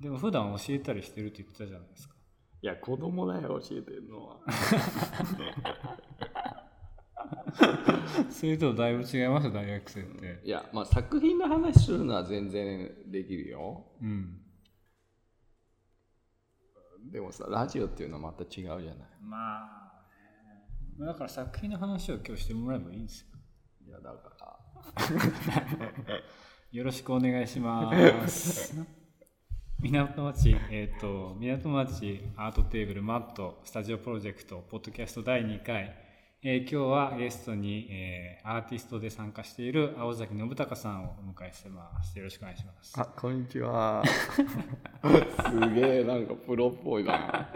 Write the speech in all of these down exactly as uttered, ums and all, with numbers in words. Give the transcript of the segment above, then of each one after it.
でも普段教えたりしてるって言ってたじゃないですか。 いや子供だよ教えてるのはそれとだいぶ違います大学生って。 いやまあ作品の話するのは全然できるよ、 うん、 でもさラジオっていうのはまた違うじゃない。 まあね、だから作品の話を今日してもらえばいいんですよ。 いやだからよろしくお願いします。港町、えっと、港町アートテーブルマットスタジオプロジェクトポッドキャストだいにかい、えー、今日はゲストに、えー、アーティストで参加している青崎信孝さんをお迎えしてます。よろしくお願いします。 あ、こんにちは。すげえなんかプロっぽいな。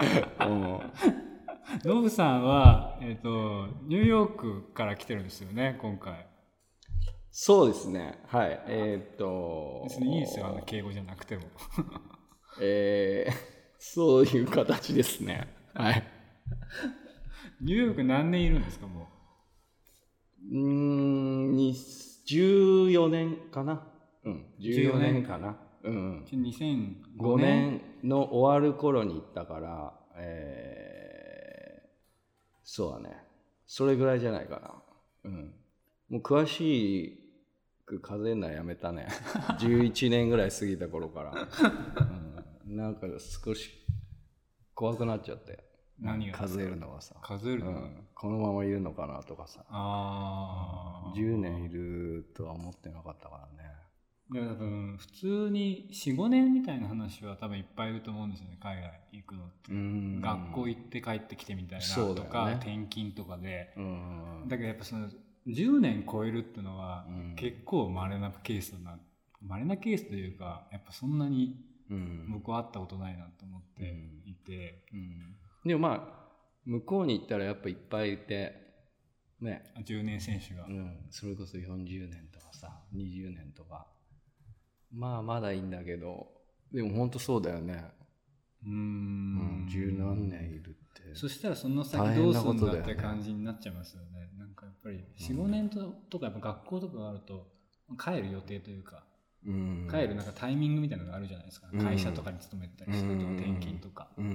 ノブさんは、えーと、ニューヨークから来てるんですよね今回。 そうですね。はい。えー、っと別にいいですよ、あの敬語じゃなくても。 えー、そういう形ですね。はい。 ニューヨーク何年いるんですかもう。うーん、じゅうよねんかな。うん、じゅうよねんかな。うん。 にせんごねんの終わる頃に行ったから、えー、そうだね。それぐらいじゃないかな。うん。もう詳しく数えるのはやめたね。じゅういちねんぐらい過ぎた頃から、うん、なんか少し怖くなっちゃって。 何が数えるのはさ、 数えるの、うん、 このままいるのかなとかさ。 あじゅうねんいるとは思ってなかったからね。 いや多分普通に よん,ご 年みたいな話は多分いっぱいいると思うんですよね海外行くのって。うん学校行って帰ってきてみたいなとか、ね、転勤とかで。うんだけどやっぱそのじゅうねん超えるっていうのは結構稀なケースな稀なケースというかやっぱそんなに僕は会ったことないなと思っていて、うんうん、 でもまあ向こうに行ったらやっぱいっぱいいてね、 じゅうねん選手が、 うん、それこそよんじゅうねんとかさにじゅうねんとかまあまだいいんだけどでも本当そうだよね。 うーん十何年いるってそしたらその先どうするんだって感じになっちゃいますよね。なんかやっぱり よん,ご 年 と, とかやっぱ学校とかがあると帰る予定というか、うん、帰るなんかタイミングみたいなのがあるじゃないですか、うん、会社とかに勤めたりすると転勤とか、うん、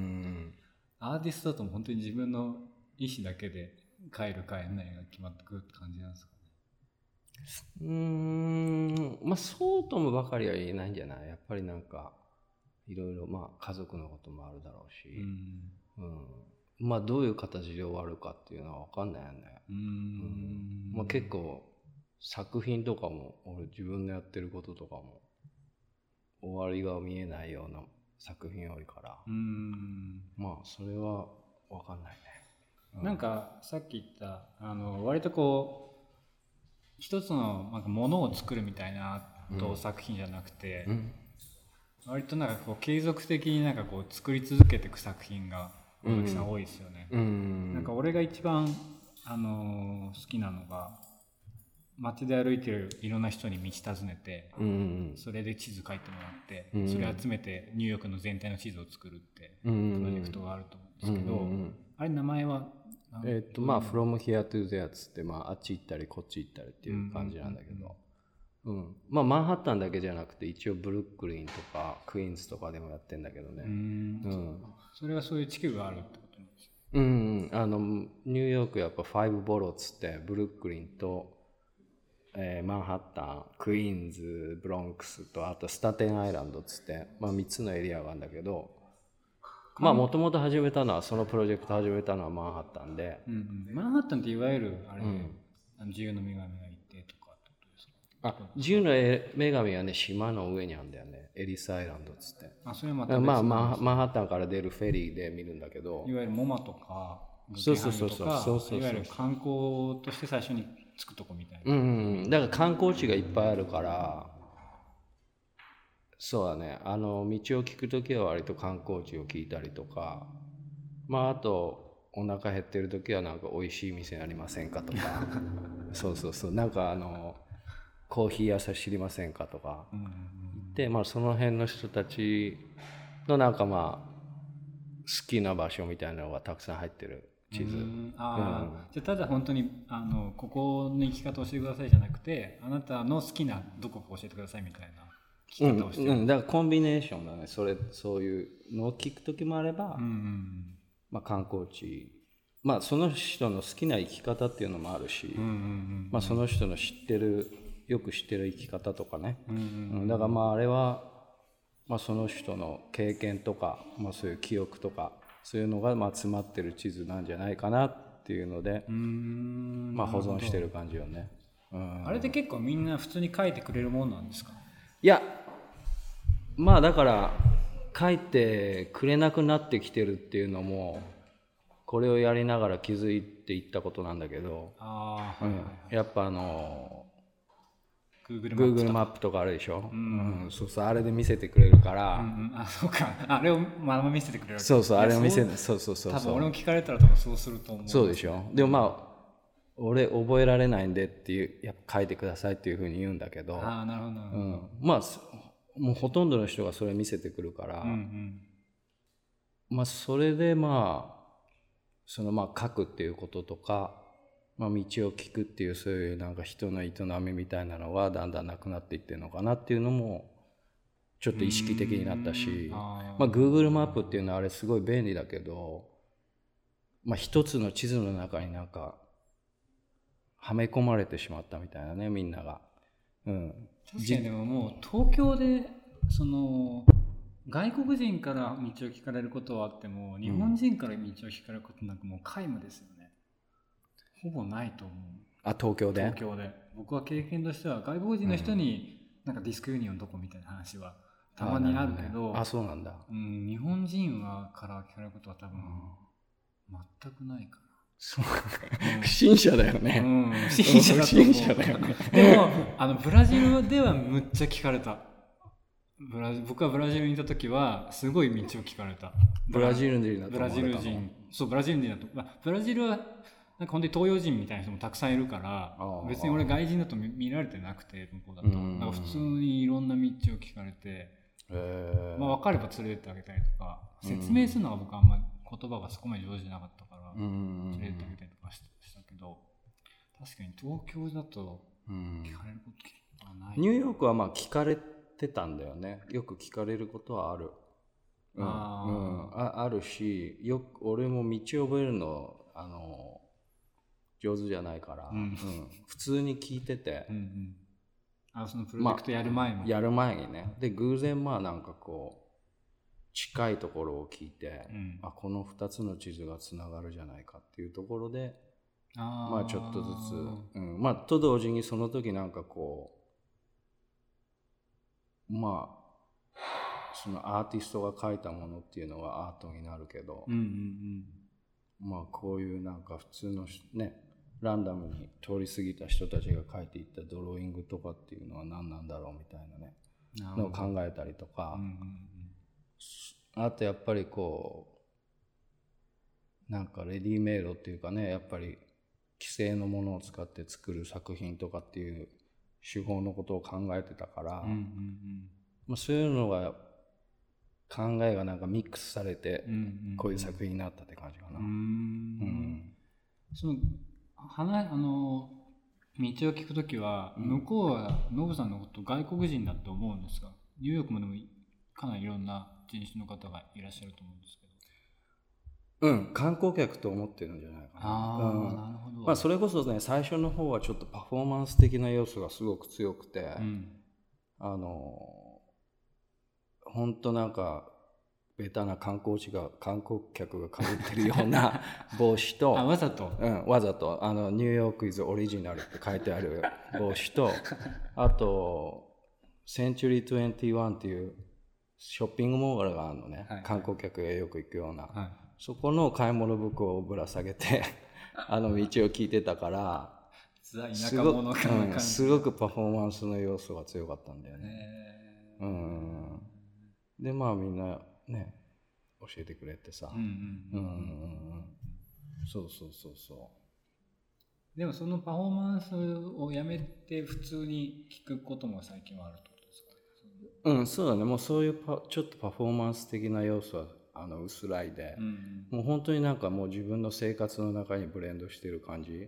アーティストだと本当に自分の意思だけで帰る帰んないが決まってくるって感じなんですかね。 うーんまあそうともばかりは言えないんじゃない。やっぱりなんかいろいろまあ家族のこともあるだろうし、うんうん、まあどういう形で終わるかっていうのは分かんないよね。うんうんまあ、結構作品とかも俺自分のやってることとかも終わりが見えないような作品多いからうんまあそれは分かんないね。 うん、なんかさっき言ったあの割とこう一つのなんかものを作るみたいなと作品じゃなくて、うんうん割となんかこう継続的になんかこう作り続けていく作品が大貫さん多いですよね。うん、なんか俺が一番、あのー、好きなのが街で歩いてるいろんな人に道尋ねて、うん、それで地図書いてもらって、うん、それ集めてニューヨークの全体の地図を作るってプロジェクトがあると思うんですけど、うん、あれ名前はえっとまあ From Here to There つって、まあ、あっち行ったりこっち行ったりっていう感じなんだけど、うん、まあマンハッタンだけじゃなくて一応ブルックリンとかクイーンズとかでもやってんだけどね。うん、 うん、それはそういう地区があるってことなんですか。 うん、あのニューヨークやっぱファイブボローつってブルックリンと、えー、マンハッタンクイーンズブロンクスとあとスタテンアイランドつって、まあ、みっつのエリアがあるんだけどまあもともと始めたのはそのプロジェクト始めたのはマンハッタンで、 うんうん、マンハッタンっていわゆるあれ、うん、あの自由の女神がいてとかってことですか。 あ自由の女神はね島の上にあるんだよね。エリスアイランドっつって。 あそれまた別まあマンハッタンから出るフェリーで見るんだけどいわゆるモマとかそうそうそうそうそうそういわゆる観光として最初に着くとこみたいな。 うん、うん、だから観光地がいっぱいあるからそうだねあの道を聞くときは割と観光地を聞いたりとかまああとお腹減ってるときはなんか美味しい店ありませんかとかそうそうそうなんかあのコーヒー屋さん知りませんかとか言って、まあ、その辺の人たちのなんかまあ好きな場所みたいなのがたくさん入ってる地図。 うんあうん、じゃあただ本当にあのここの行き方を教えてくださいじゃなくてあなたの好きなどこか教えてくださいみたいな。 聞き方をしてる、 うんうん、だからコンビネーションだね。それそういうのを聞く時もあれば、 うんうん、 まあ、観光地、まあその人の好きな生き方っていうのもあるし、うんうんうん、まあ、その人の知ってるよく知ってる生き方とかね、うんうんうん、だからまああれは、まあ、その人の経験とか、まあ、そういう記憶とかそういうのがまあ詰まってる地図なんじゃないかなっていうので、うーん、まあ、保存してる感じよね。 うん、あれって結構みんな普通に書いてくれるもんなんですか？ いや、まあだから書いてくれなくなってきてるっていうのもこれをやりながら気づいていったことなんだけど、あ、はいはいはい、うん、やっぱあの Google マップとかあるでしょ、うんうん、そうそう、あれで見せてくれるから、 うんうん、あ、そうか、あれをまだ見せてくれる、 そうそう、あれを見せて、そうそうそうそう、 多分俺も聞かれたら多分そうすると思う。 そうでしょ。でもまあ俺覚えられないんでっていう、やっぱ書いてくださいっていうふうに言うんだけど、 あ、なるほど、うん、 まあもうほとんどの人がそれ見せてくるから、うんうん、まあそれでまあそのまあ書くっていうこととか、まあ、道を聞くっていうそういうなんか人の営みみたいなのはだんだんなくなっていってるのかなっていうのもちょっと意識的になったし、あ、まあ Google マップっていうのはあれすごい便利だけど、まあ一つの地図の中になんかはめ込まれてしまったみたいなね、みんなが。うん、 確かにでももう東京でその外国人から道を聞かれることはあっても日本人から道を聞かれることなんかもう皆無ですよね。ほぼないと思う。 あ、東京で？ 東京で。僕は経験としては外国人の人になんかディスクユニオンどこみたいな話はたまにあるけど、 あ、そうなんだ。 うん、日本人はから聞かれることは多分全くないかな。 そう、うん、不審者だよね。うん、 不審者だと思う。不審者だよね。でもあのブラジルではむっちゃ聞かれた。ブラ僕はブラジルにいた時はすごい道を聞かれた。 ブラジル人だと思われたの？ブラジル人、そうブラジル人だと、まあ、ブラジルはなんか本当に東洋人みたいな人もたくさんいるから、別に俺外人だと 見, 見られてなくて向こうだと、なんか普通にいろんな道を聞かれて、まあ、分かれば連れてってあげたりとか、説明するのが僕はあんまり言葉がそこまで上手じゃなかったから連れてってあげたりとかしたけど、確かに東京だと聞かれることはない。 ニューヨークはまあ聞かれてたんだよね。よく聞かれることはある。うん、あ, うん、あ, あるし、よく俺も道を覚えるのあの上手じゃないから、うんうん、普通に聞いてて、うんうん、 あ、そのプロジェクトやる前も、 まあ、やる前にね、で偶然まあなんかこう近いところを聞いて、うん、あ、このふたつの地図がつながるじゃないかっていうところで、あ、まあちょっとずつ、うん、まあと同時にその時なんかこうまあそのアーティストが書いたものっていうのはアートになるけど、うんうんうん、まあこういうなんか普通のねランダムに通り過ぎた人たちが書いていったドローイングとかっていうのは何なんだろうみたいなねのを考えたりとか、うんうんうん、あとやっぱりこうなんかレディメイドっていうかね、やっぱり既成のものを使って作る作品とかっていう手法のことを考えてたから、うんうんうん、まあ、そういうのが考えがなんかミックスされてこういう作品になったって感じかな。うんうん、 その話あの道を聞くときは、うん、向こうはノブさんのこと外国人だと思うんですが、ニューヨークもでもかなりいろんな人種の方がいらっしゃると思うんですけど、うん、観光客と思ってるんじゃないかな。あ、うん、なるほど。まあそれこそね、最初の方はちょっとパフォーマンス的な要素がすごく強くて、うん、あの本当なんかベタな観光地が観光客がかぶってるような帽子とあ、わざと、 うん、わざとあのニューヨークイズオリジナルって書いてある帽子とあとセンチュリーにじゅういちっていうショッピングモールがあるのね、はいはい、観光客がよく行くような、はい、そこの買い物袋をぶら下げてあの道を聞いてたから田舎者感が、 うん、すごくパフォーマンスの要素が強かったんだよね。うん、でまあみんなね教えてくれてさ、うんうんうんうん、そうそうそうそう。 でもそのパフォーマンスをやめて普通に聞くことも最近はあるってことですか？ うん、そうだね。もうそういうパちょっとパフォーマンス的な要素はあの薄らいで、うんうん、もう本当になんかもう自分の生活の中にブレンドしてる感じ。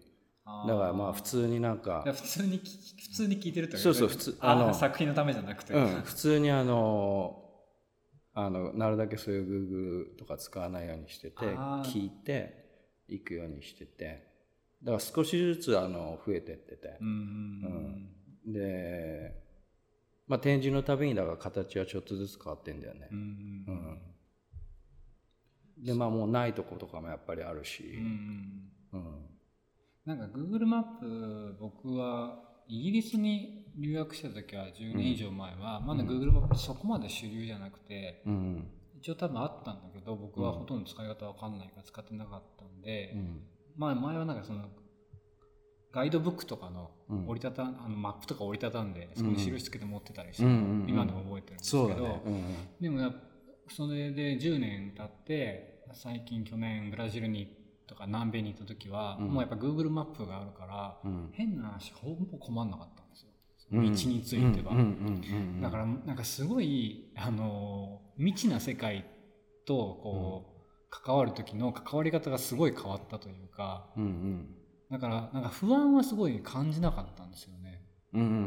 だからまあ普通になんか普通に普通に聞いてるってことそうそう普通あの作品のためじゃなくて、 うん、普通にあのあのなるだけそういう Google とか使わないようにしてて聞いていくようにしてて、だから少しずつあの増えてってて、うんうん、で、まあ、展示のたびにだから形はちょっとずつ変わってんだよね。うん、うん、でまあもうないとことかもやっぱりあるし、うんうん、なんか Google マップ僕はイギリスに留学した時はじゅうねん以上前は、うん、まだ Google マップそこまで主流じゃなくて、うん、一応多分あったんだけど僕はほとんど使い方わかんないから使ってなかったんで、うん、まあ前はなんかそのガイドブックとかの折りたた、うん、あのマップとか折りたたんでそこに印つけて持ってたりして、うん、今でも覚えてるんですけど、ねうん、でもやそれでじゅうねん経って最近去年ブラジルにとか南米に行った時は、うん、もうやっぱ Google マップがあるから、うん、変な話ほぼ困んなかったんですよ、道については。だからなんかすごいあの未知な世界とこう、うん、関わる時の関わり方がすごい変わったというか、うんうん、だからなんか不安はすごい感じなかったんですよね、うんうんうん、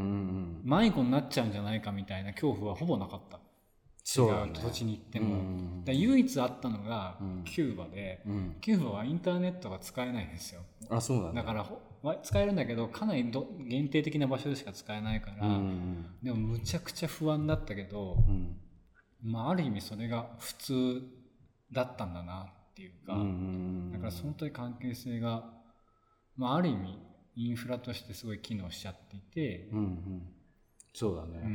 迷子になっちゃうんじゃないかみたいな恐怖はほぼなかった。違う土地に行っても、うん、だ唯一あったのがキューバで、うん、キューバはインターネットが使えないんですよ。 あ、そうなんだ。 だから使えるんだけどかなりど限定的な場所でしか使えないから、うん、でもむちゃくちゃ不安だったけど、うんまあ、ある意味それが普通だったんだなっていうか、うん、だから本当に関係性が、まあ、ある意味インフラとしてすごい機能しちゃっていて、うんうんそうだね、うんうん、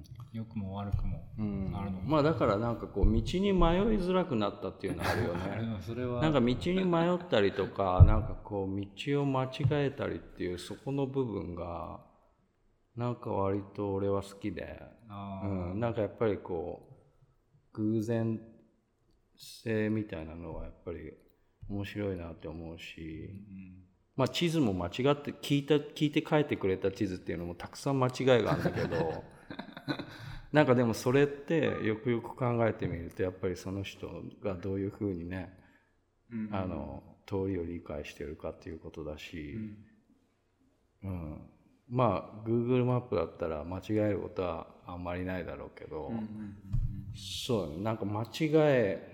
良くも悪くもあるの、 うん、まあだからなんかこう道に迷いづらくなったっていうのはあるよねそれはなんか道に迷ったりとかなんかこう道を間違えたりっていうそこの部分がなんか割と俺は好きで、うん、なんかやっぱりこう偶然性みたいなのはやっぱり面白いなって思うし、うんまあ、地図も間違って聞いた聞いて書いてくれた地図っていうのもたくさん間違いがあるんだけどなんかでもそれってよくよく考えてみるとやっぱりその人がどういうふうにね、うんうん、あの通りを理解してるかっていうことだし、うんうん、まあ Google マップだったら間違えることはあんまりないだろうけど、うんうんうんうん、そうなんか間違え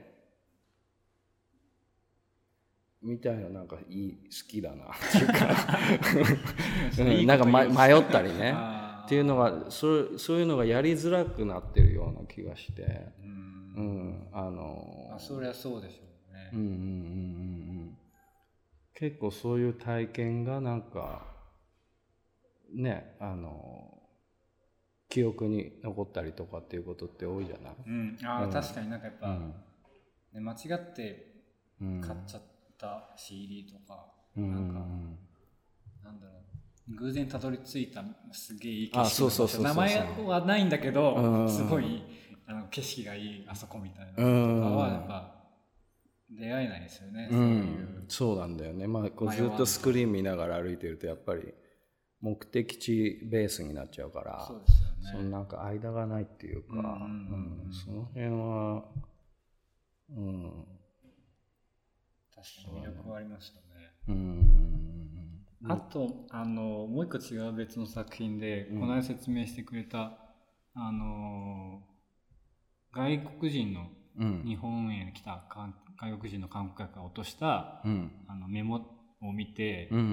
みたいななんかいい好きだなっていうか、うん、なんか、ま、迷ったりねっていうのがそうそういうのがやりづらくなってるような気がして、うん、うん、あのあそりゃそうでしょうね、 うんうんうんうん、結構そういう体験がなんかねあの記憶に残ったりとかっていうことって多いじゃない、 うん、あ、うん、確かになんかやっぱ、うんね、間違って買っちゃった、うん、シーディー とか、うん、なんか、なんだろう偶然たどり着いたすげえいい景色の場所、名前はないんだけど、うん、すごいあの景色がいいあそこみたいなとかはやっぱ出会えないですよね、うん、そういう。 そうなんだよね、まあ、こうずっとスクリーン見ながら歩いてるとやっぱり目的地ベースになっちゃうから、 そうですよね、 そのなんか間がないっていうか、うんうんうんうん、その辺は、うん、 確かに魅力はありますよね。うん、あとあのもう一個違う別の作品で、うん、この間説明してくれたあの外国人の日本へ来た外国人の観光客が落とした、うん、あのメモを見て、うんうんうん、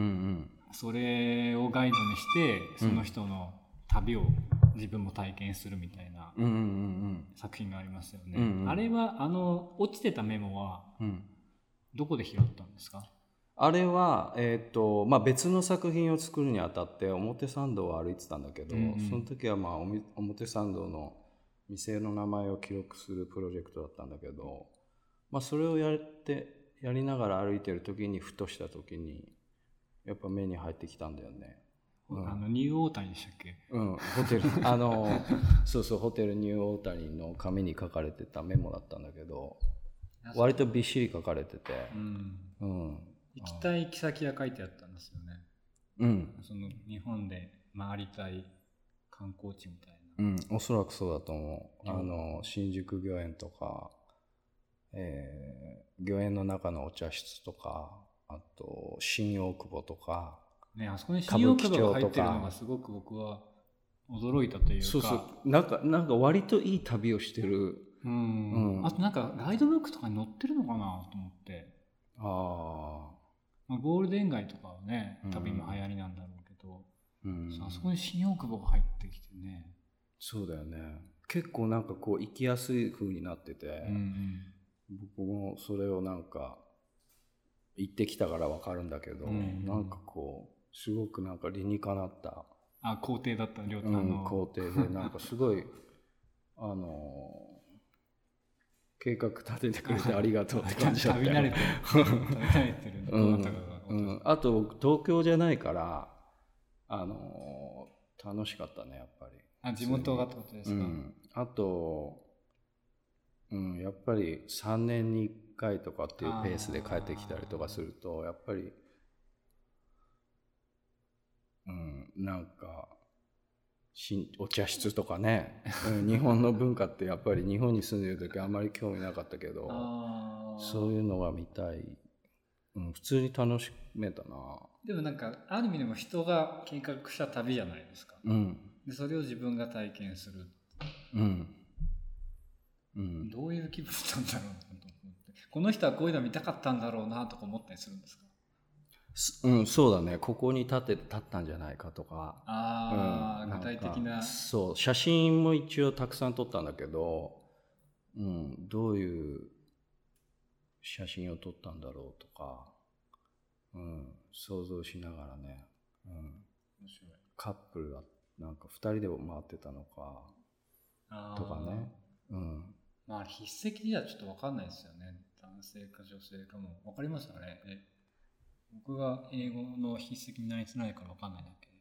それをガイドにしてその人の旅を自分も体験するみたいな作品がありますよね、うんうん、あれはあの落ちてたメモはどこで拾ったんですか？ あれは、えーとまあ、別の作品を作るにあたって表参道を歩いてたんだけど、うんうん、その時は、まあ、表参道の店の名前を記録するプロジェクトだったんだけど、まあ、それをやってやりながら歩いてる時にふとした時にやっぱ目に入ってきたんだよね。 うん、あのニューオータニでしたっけ？ うん、ホテルあのそうそうホテルニューオータニの紙に書かれてたメモだったんだけど割とびっしり書かれてて、うんうん、行きたい行き先が書いてあったんですよね。うん、その日本で回りたい観光地みたいな。 うん、おそらくそうだと思う。あの新宿御苑とか、えー、御苑の中のお茶室とか、あと新大久保とか、 ね、あそこに新大久保が入ってるのがすごく僕は驚いたというか、 そうそうなんかなんか割といい旅をしてる。 うん、うん、あとなんかガイドブックとかに載ってるのかなと思って。 あ、 まあゴールデン街とかはね旅も流行りなんだろうけど、 うん、 あそこに新大久保が入ってきてね。 そうだよね。結構なんかこう行きやすい風になってて、うんうん、僕もそれをなんか行ってきたから分かるんだけど、うん、なんかこうすごくなんか理にかなったあ工程だった両手の、うん、工程でなんかすごいあの計画立ててくれてありがとうって感じだったよ。 旅慣れてる旅慣れてるどなたかが、 うんうん、あと東京じゃないからあの楽しかったねやっぱり。 あ地元がってことですか。うん、 あと、うん、やっぱりさんねんにいっかいとかっていうペースで帰ってきたりとかするとやっぱり、うん、なんかお茶室とかね、うん、日本の文化ってやっぱり日本に住んでる時あんまり興味なかったけどそういうのが見たい、うん、普通に楽しめたな。 でもなんかある意味でも人が計画した旅じゃないですか、うん、でそれを自分が体験する、うんうん、どういう気分なんだろうなと思ってこの人はこういうの見たかったんだろうなとか思ったりするんですか。 うん、そうだね。ここに立って立ったんじゃないかとか。 あ、うん、具体的な。 そう、写真も一応たくさん撮ったんだけど、うん、どういう写真を撮ったんだろうとか、うん、想像しながらね、うん、面白い。カップルはなんかふたりで回ってたのかとかね。うん、 まあ筆跡ではちょっと分かんないですよね。男性か女性かも分かりますかね。え僕が英語の筆跡にないつないから分かんないだけ。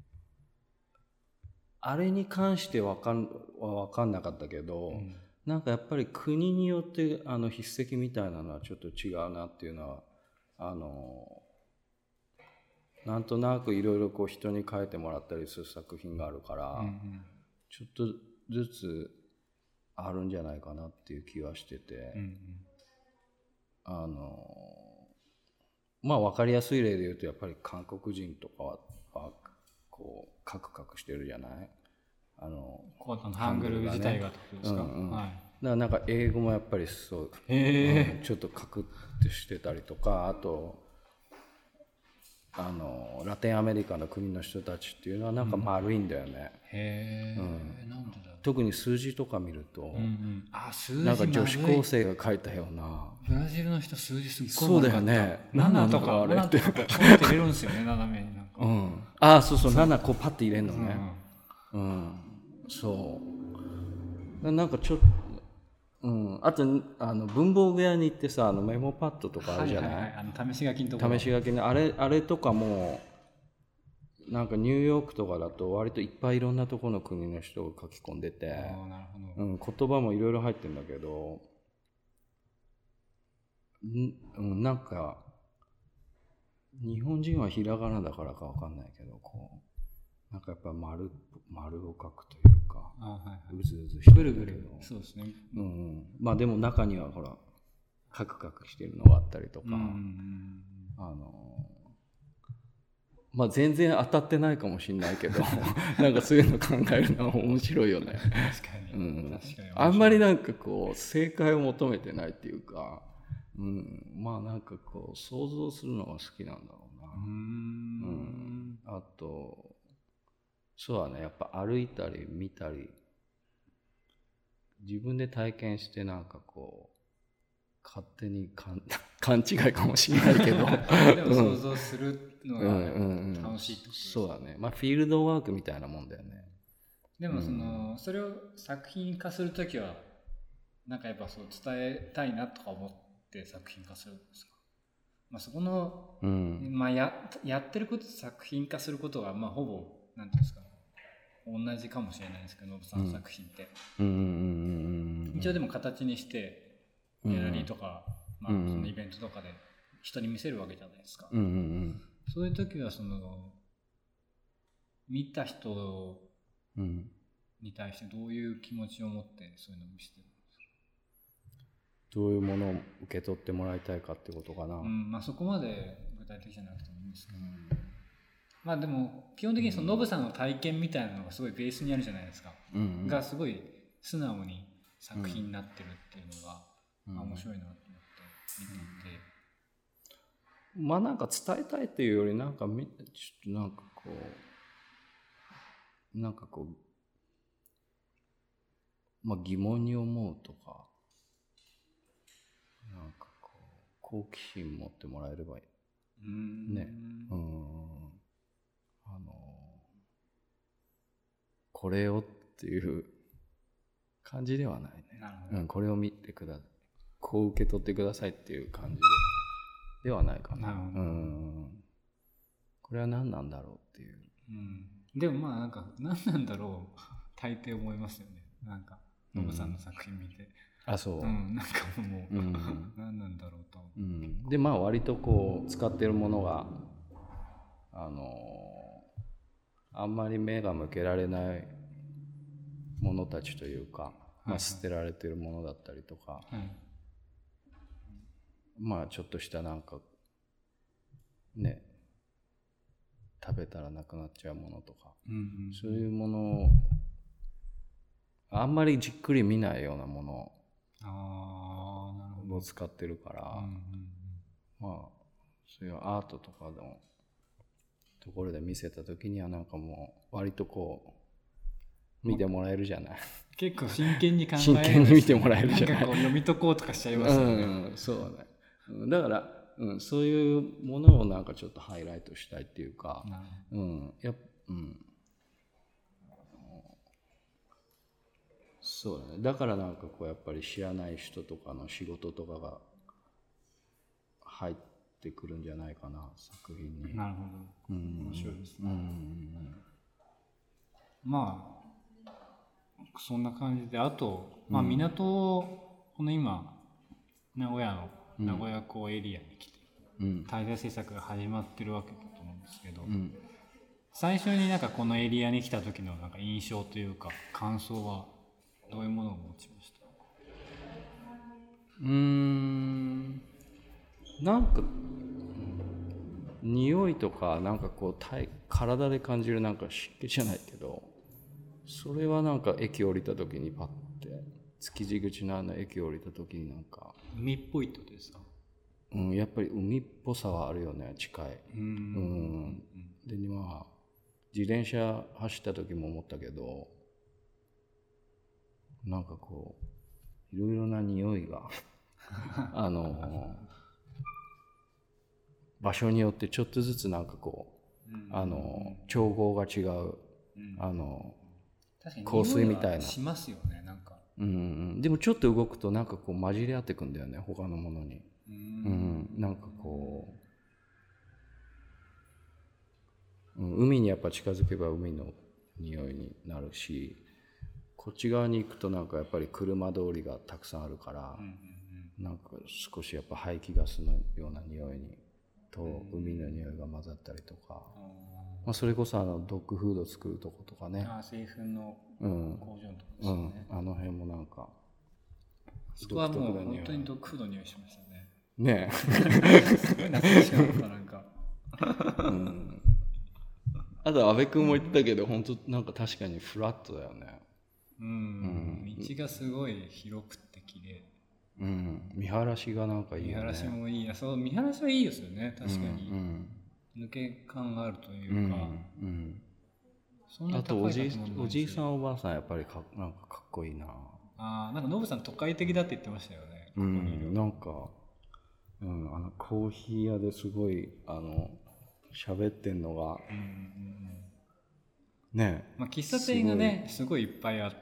あれに関しては分かん、は分かんなかったけど、うん、なんかやっぱり国によってあの筆跡みたいなのはちょっと違うなっていうのはあのなんとなくいろいろこう人に書いてもらったりする作品があるから、うんうん、ちょっとずつあるんじゃないかなっていう気はしてて、うんうん、あのまあ分かりやすい例で言うとやっぱり韓国人とかはこうカクカクしてるじゃない。あのハングル自体がってことですか。うんうん、はい、 だからなんか英語もやっぱりそう、うん、ちょっとカクってしてたりとか、あとあのラテンアメリカの国の人たちっていうのはなんか丸いんだよね。うん、へー、うん、なんでだろう。特に数字とか見ると、うんうん、あ数字なんか女子高生が書いたような。 ブラジルの人数字すっごい丸かった。そうだよね。 ななとかあれってポンって入れるんですよね斜めになんか。 うん。ああそうそうななこうパッて入れるのね。うん、うん、そうなんかちょっと、うん、あとあの文房具屋に行ってさあのメモパッドとかあるじゃない、はいはいはい、 あの試し書きのところ試し書きねあれあれとかもなんかニューヨークとかだと割といっぱいいろんなところの国の人が書き込んでて、なるほど、うん、言葉もいろいろ入ってるんだけどん、うん、なんか日本人はひらがなだからかわかんないけどこうなんかやっぱ丸丸を書くというか、あ、はいはい、うずうずしてるけど、ぐるぐるそうですね、うんうん、まあでも中にはほらカクカクしてるのがあったりとか、うんうん、あのまあ全然当たってないかもしれないけどなんかそういうの考えるのは面白いよね。 確かに、うん、確かにあんまりなんかこう正解を求めてないっていうか、うん、まあなんかこう想像するのが好きなんだろうな。うーん、うん、あとそうだねやっぱ歩いたり見たり自分で体験してなんかこう勝手に勘違いかもしれないけどでも想像するのが楽しいってことです、 そうだね。まあフィールドワークみたいなもんだよね。 でもその、うん、それを作品化するときはなんかやっぱそう伝えたいなとか思って作品化するんですか。まあ、そこの、うん、まあ、や, やってること作品化することはまあほぼなんていうんですか同じかもしれないですけどノブさんの作品って、うん、一応でも形にしてギャラリーとか、うんまあ、そのイベントとかで人に見せるわけじゃないですか、うんうんうん、そういう時はその見た人に対してどういう気持ちを持ってそういうのを見せてるんですか。 どういうものを受け取ってもらいたいかってことかな、 うんまあ、そこまで具体的じゃなくてもいいんですけど、 まあでも基本的にそのノブさんの体験みたいなのがすごいベースにあるじゃないですか、うんうん、がすごい素直に作品になってるっていうのが、うん、面白いなと思って見ていて、 うん、まあなんか伝えたいっていうよりなんかちょっとなんかこうなんかこうまあ疑問に思うとかなんかこう好奇心持ってもらえればいいうんねうんあのこれをっていう感じではないね。うん、これを見てくださいこう受け取ってくださいっていう感じでではないかな。なるほど。うんこれは何なんだろうっていう、 うん、でもまあなんか何なんだろう大抵思いますよね。なんかノブさんの作品見て、 うん、あそう、 うん、なんかもう、うん、何なんだろうと、 うん、でまあ割とこう使ってるものがあのあんまり目が向けられないものたちというか、まあ、捨てられてるものだったりとか、はいはい、まあちょっとしたなんかね食べたらなくなっちゃうものとか、うんうんうん、そういうものをあんまりじっくり見ないようなものを使ってるから、うんうんうん、まあそういうアートとかのところで見せた時にはなんかもう割とこう見てもらえるじゃない。 結構真剣に考える。 真剣に見てもらえるじゃない。 なんかこう読み解こうとかしちゃいますよね。 うん、そうね。だから、うん、そういうものをなんかちょっとハイライトしたいっていうか、うん、やっうん、そうだね。だからなんかこうやっぱり知らない人とかの仕事とかが入ってくるんじゃないかな作品に。 なるほど。うん、面白いですね。うん、まあそんな感じで、あと、まあ、港をこの今名古屋の名古屋港エリアに来て、うん、滞在制作が始まってるわけだと思うんですけど、うん、最初になんかこのエリアに来た時のなんか印象というか感想はどういうものを持ちました？ うーんなんか匂いとかなんかこう体体で感じるなんか湿気じゃないけど、それはなんか駅降りた時にパッて築地口のあの駅降りた時になんか海っぽいってことですか？ うん、やっぱり海っぽさはあるよね、近い。うんうん、でまあ自転車走った時も思ったけど、なんかこういろいろな匂いがあの場所によってちょっとずつなんかこう、うん、あの調合が違う、うん、あの香水みたいなしますよね、なんか、 うん、でもちょっと動くとなんかこう混じり合ってくんだよね、他のものに。うん、うん、なんかこう、うん、海にやっぱ近づけば海の匂いになるし、こっち側に行くとなんかやっぱり車通りがたくさんあるから、うんうんうん、なんか少しやっぱ排気ガスのような匂いにと海の匂いが混ざったりとか、うんまあ、それこそあのドッグフード作るとことかね、 あ製粉の工場のとこですよね、 うんうん、あの辺もなんかそこはもう本当にドッグフードの匂いしましたね。 ねえすごい懐かしかったなんか、 うん、あと阿部君も言ってたけど、本当なんか確かにフラットだよね。 うん、うん、道がすごい広くて綺麗、 うん、見晴らしがなんかいいよね。 見晴らしもいいや、そう見晴らしはいいですよね、確かに、うんうん、抜け感があるというか、うんうん、 そんな高い建物ないし、あとおじい、おじいさんおばあさんやっぱりかなんかかっこいいな。 あなんかノブさん都会的だって言ってましたよね、 うん、ここにいるなんか、うん、あのコーヒー屋ですごいあの喋ってんのが、うんうんうんね、 まあ、喫茶店がねすごいいっぱいあって、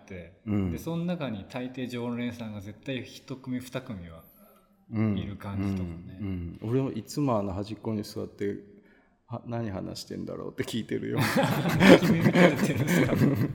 うん、でその中に大抵常連さんが絶対一組二組はいる感じとかね、うんうんうん、俺もいつもあの端っこに座っては何話してんだろうって聞いてるよ決められてるんですか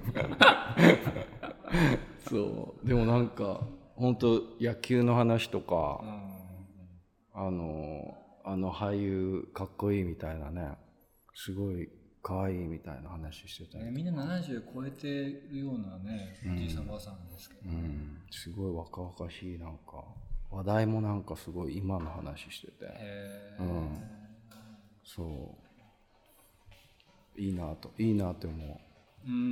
そうでもなんか本当野球の話とか、うん、あのあの俳優かっこいいみたいなね、すごい可愛いみたいな話してたり、 ね、みんなななじゅう超えてるようなね、うん、おじいさんおばあさんですけど、ねうん、 すごい若々しい、なんか話題もなんかすごい今の話してて、 へうん、そいいなといいなって思う。うんうんうん、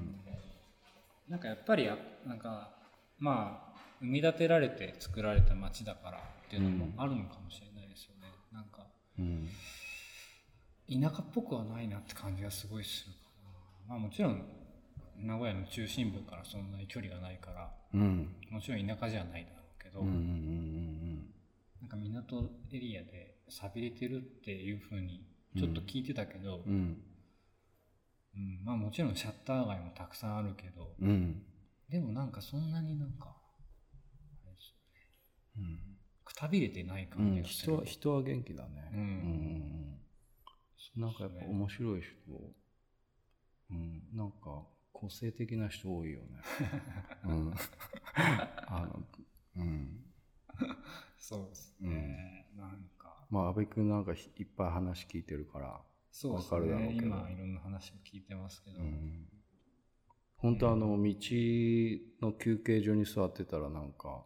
なんかやっぱりなんかまあ生み立てられて作られた街だからっていうのもあるのかもしれないですよね。うん、なんか、うん、田舎っぽくはないなって感じがすごいするかな。まあもちろん名古屋の中心部からそんなに距離がないから、うん、もちろん田舎じゃないだろうけど、うんうんうんうん、なんか港エリアで寂れてるっていう風にちょっと聞いてたけど、うんうんうん、まあもちろんシャッター街もたくさんあるけど、うん、でもなんかそんなになんかあれですよね、うん、くたびれてない感じがする、 うん、人は人は元気だね、うんうんうん、なんかやっぱ面白い人、うん、なんか個性的な人多いよね、うん、あの、うん、 そうですね、うん、なんかまあ阿部君なんかいっぱい話聞いてるから分かるだろうけど、今いろんな話を聞いてますけど、うん、 本当あの道の休憩所に座ってたらなんか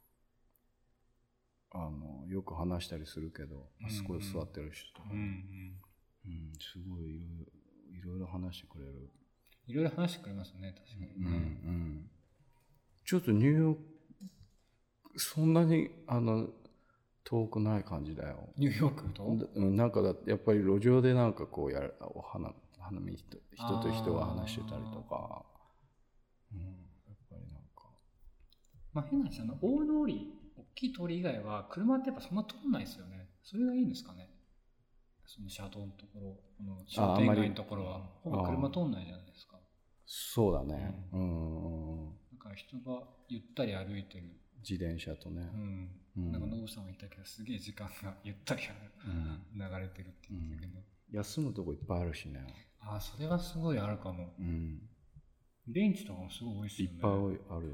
あのよく話したりするけど、あそこで座ってる人とか、うんうんうん、すごいいろいろいろいろ話してくれる。 いろいろ話してくれますね、確かにね、うんうん、 ちょっとニューヨークそんなにあの遠くない感じだよ。 ニューヨークと、 うん、なんかだやっぱり路上でなんかこうやるお花花見 人, 人と人が話してたりとか、うん、やっぱりなんかまあ変な話、あの大通り大きい通り以外は車ってやっぱそんな通んないですよね。それがいいんですかね。その車道のところ、この商店街のところはほぼ車通んないじゃないですか。 そうだね、うん、 だから人がゆったり歩いてる自転車とね、うんうん、なんかノブさんも言ったけどすげえ時間がゆったり、うん、流れてるって言ってたけど、 うん、休むとこいっぱいあるしね。 ああ、それはすごいあるかも、うん、ベンチとかもすごい多いしよね。 いっぱいあるよね、うん、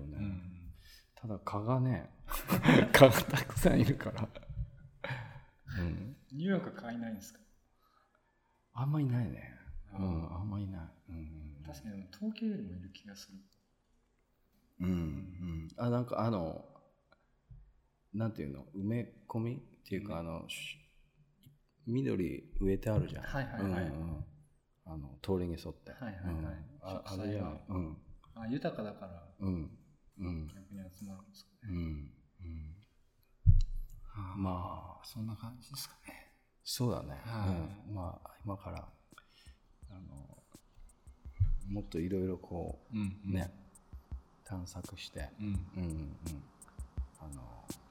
ただ蚊がね蚊がたくさんいるから、 うん、ニューヨーク蚊いないんですか？ あんまいないね、あ、うん、あんまいない、うん、 確かに東京よりもいる気がする。 うんうん、あ、なんかあのなんていうの、埋め込みっていうか、あの緑植えてあるじゃん、はいはいはい、うんうん、あの通りに沿って、はいはいはい、うん、あ, あれじゃない、うん、 あ、豊かだから、うんうん、逆に集まるんですかね、うんうん、はあ、まあそんな感じですかね。 そうだね、はあ、うん、まあ今からあのもっといろいろこう、うんうん、ね探索して、うんうんうん、あの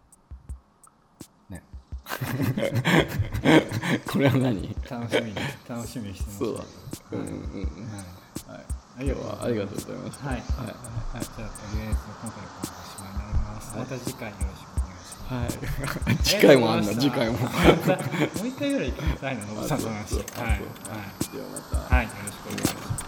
ねこれは何？ 楽しみに楽しみにしてます。 そうだ。うんうんうん。はい。ありがとうありがとうございます。 はいはいはい。じゃあとりあえず今回はこのおしまいになります。また次回よろしくお願いします。 はい。次回もあんな次回も。もう一回ぐらい行きたいな、ノブさんの話。はいはい。 ではまた。 はい、よろしくお願いします。